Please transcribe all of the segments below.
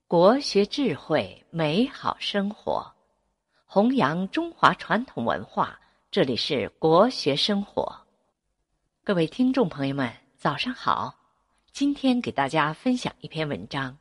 国学智慧，美好生活，弘扬中华传统文化。这里是国学生活。各位听众朋友们，早上好！今天给大家分享一篇文章。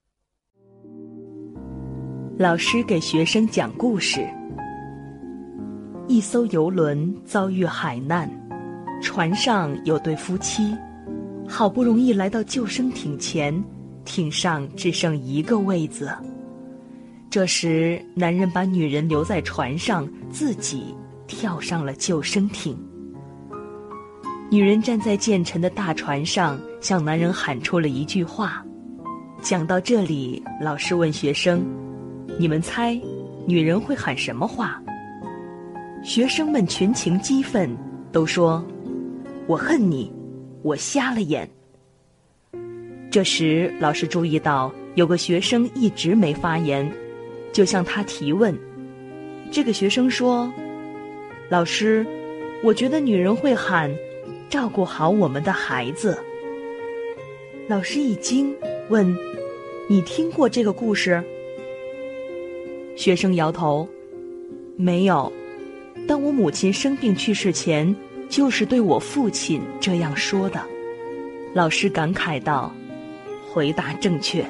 老师给学生讲故事。一艘游轮遭遇海难，船上有对夫妻，好不容易来到救生艇前，艇上只剩一个位子。这时，男人把女人留在船上，自己跳上了救生艇。女人站在渐沉的大船上，向男人喊出了一句话。讲到这里，老师问学生：你们猜，女人会喊什么话？学生们群情激愤，都说：我恨你，我瞎了眼。这时，老师注意到有个学生一直没发言，就向他提问。这个学生说：老师，我觉得女人会喊照顾好我们的孩子。老师一惊，问：你听过这个故事？学生摇头：没有，当我母亲生病去世前，就是对我父亲这样说的。老师感慨道：回答正确。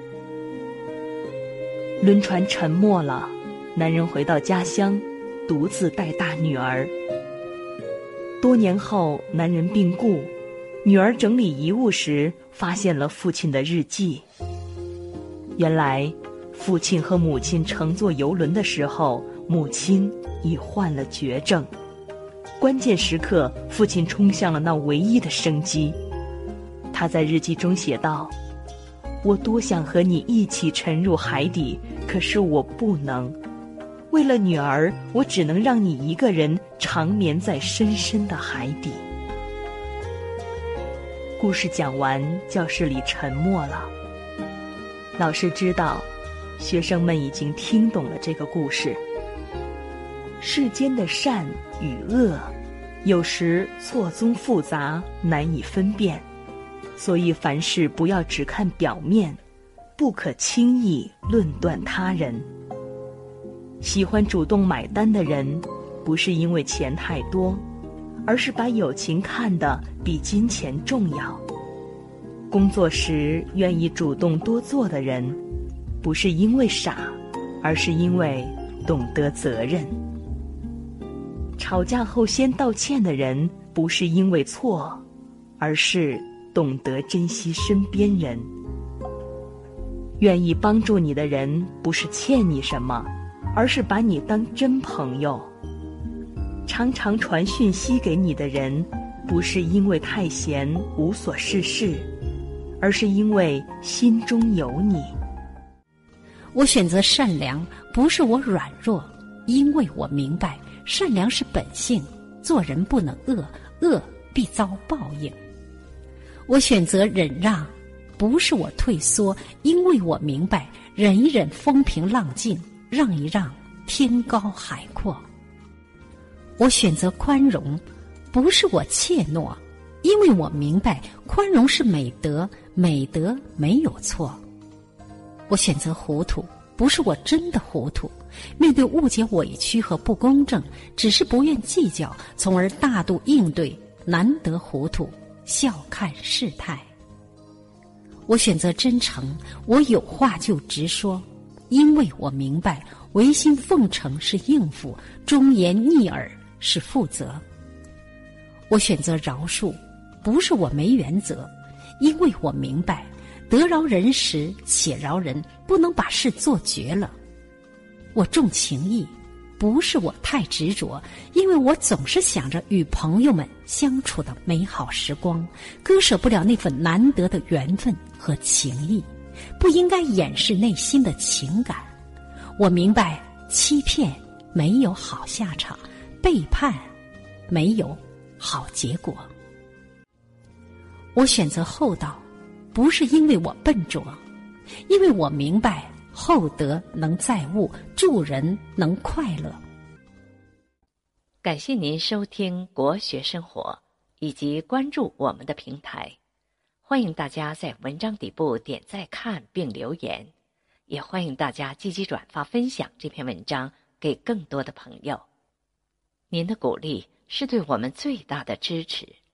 轮船沉没了，男人回到家乡，独自带大女儿。多年后，男人病故，女儿整理遗物时发现了父亲的日记。原来，父亲和母亲乘坐游轮的时候，母亲已患了绝症。关键时刻，父亲冲向了那唯一的生机。他在日记中写道：我多想和你一起沉入海底，可是我不能。为了女儿，我只能让你一个人长眠在深深的海底。故事讲完，教室里沉默了。老师知道，学生们已经听懂了这个故事。世间的善与恶，有时错综复杂，难以分辨。所以凡事不要只看表面，不可轻易论断他人。喜欢主动买单的人，不是因为钱太多，而是把友情看得比金钱重要。工作时愿意主动多做的人，不是因为傻，而是因为懂得责任。吵架后先道歉的人，不是因为错，而是懂得珍惜身边人。愿意帮助你的人，不是欠你什么，而是把你当真朋友。常常传讯息给你的人，不是因为太闲无所事事，而是因为心中有你。 我选择善良，不是我软弱，因为我明白善良是本性，做人不能恶，恶必遭报应。我选择忍让，不是我退缩，因为我明白忍一忍风平浪静，让一让天高海阔。我选择宽容，不是我怯懦，因为我明白宽容是美德，美德没有错。我选择糊涂，不是我真的糊涂，面对误解委屈和不公正，只是不愿计较，从而大度应对，难得糊涂，笑看世态。我选择真诚，我有话就直说，因为我明白违心奉承是应付，忠言逆耳是负责。我选择饶恕，不是我没原则，因为我明白得饶人时且饶人，不能把事做绝了。我重情义，不是我太执着，因为我总是想着与朋友们相处的美好时光，割舍不了那份难得的缘分和情谊，不应该掩饰内心的情感。我明白欺骗没有好下场，背叛没有好结果。我选择厚道，不是因为我笨拙，因为我明白厚德能载物，助人能快乐。 感谢您收听国学生活，以及关注我们的平台。欢迎大家在文章底部点赞看并留言。 也欢迎大家积极转发分享这篇文章给更多的朋友。您的鼓励是对我们最大的支持。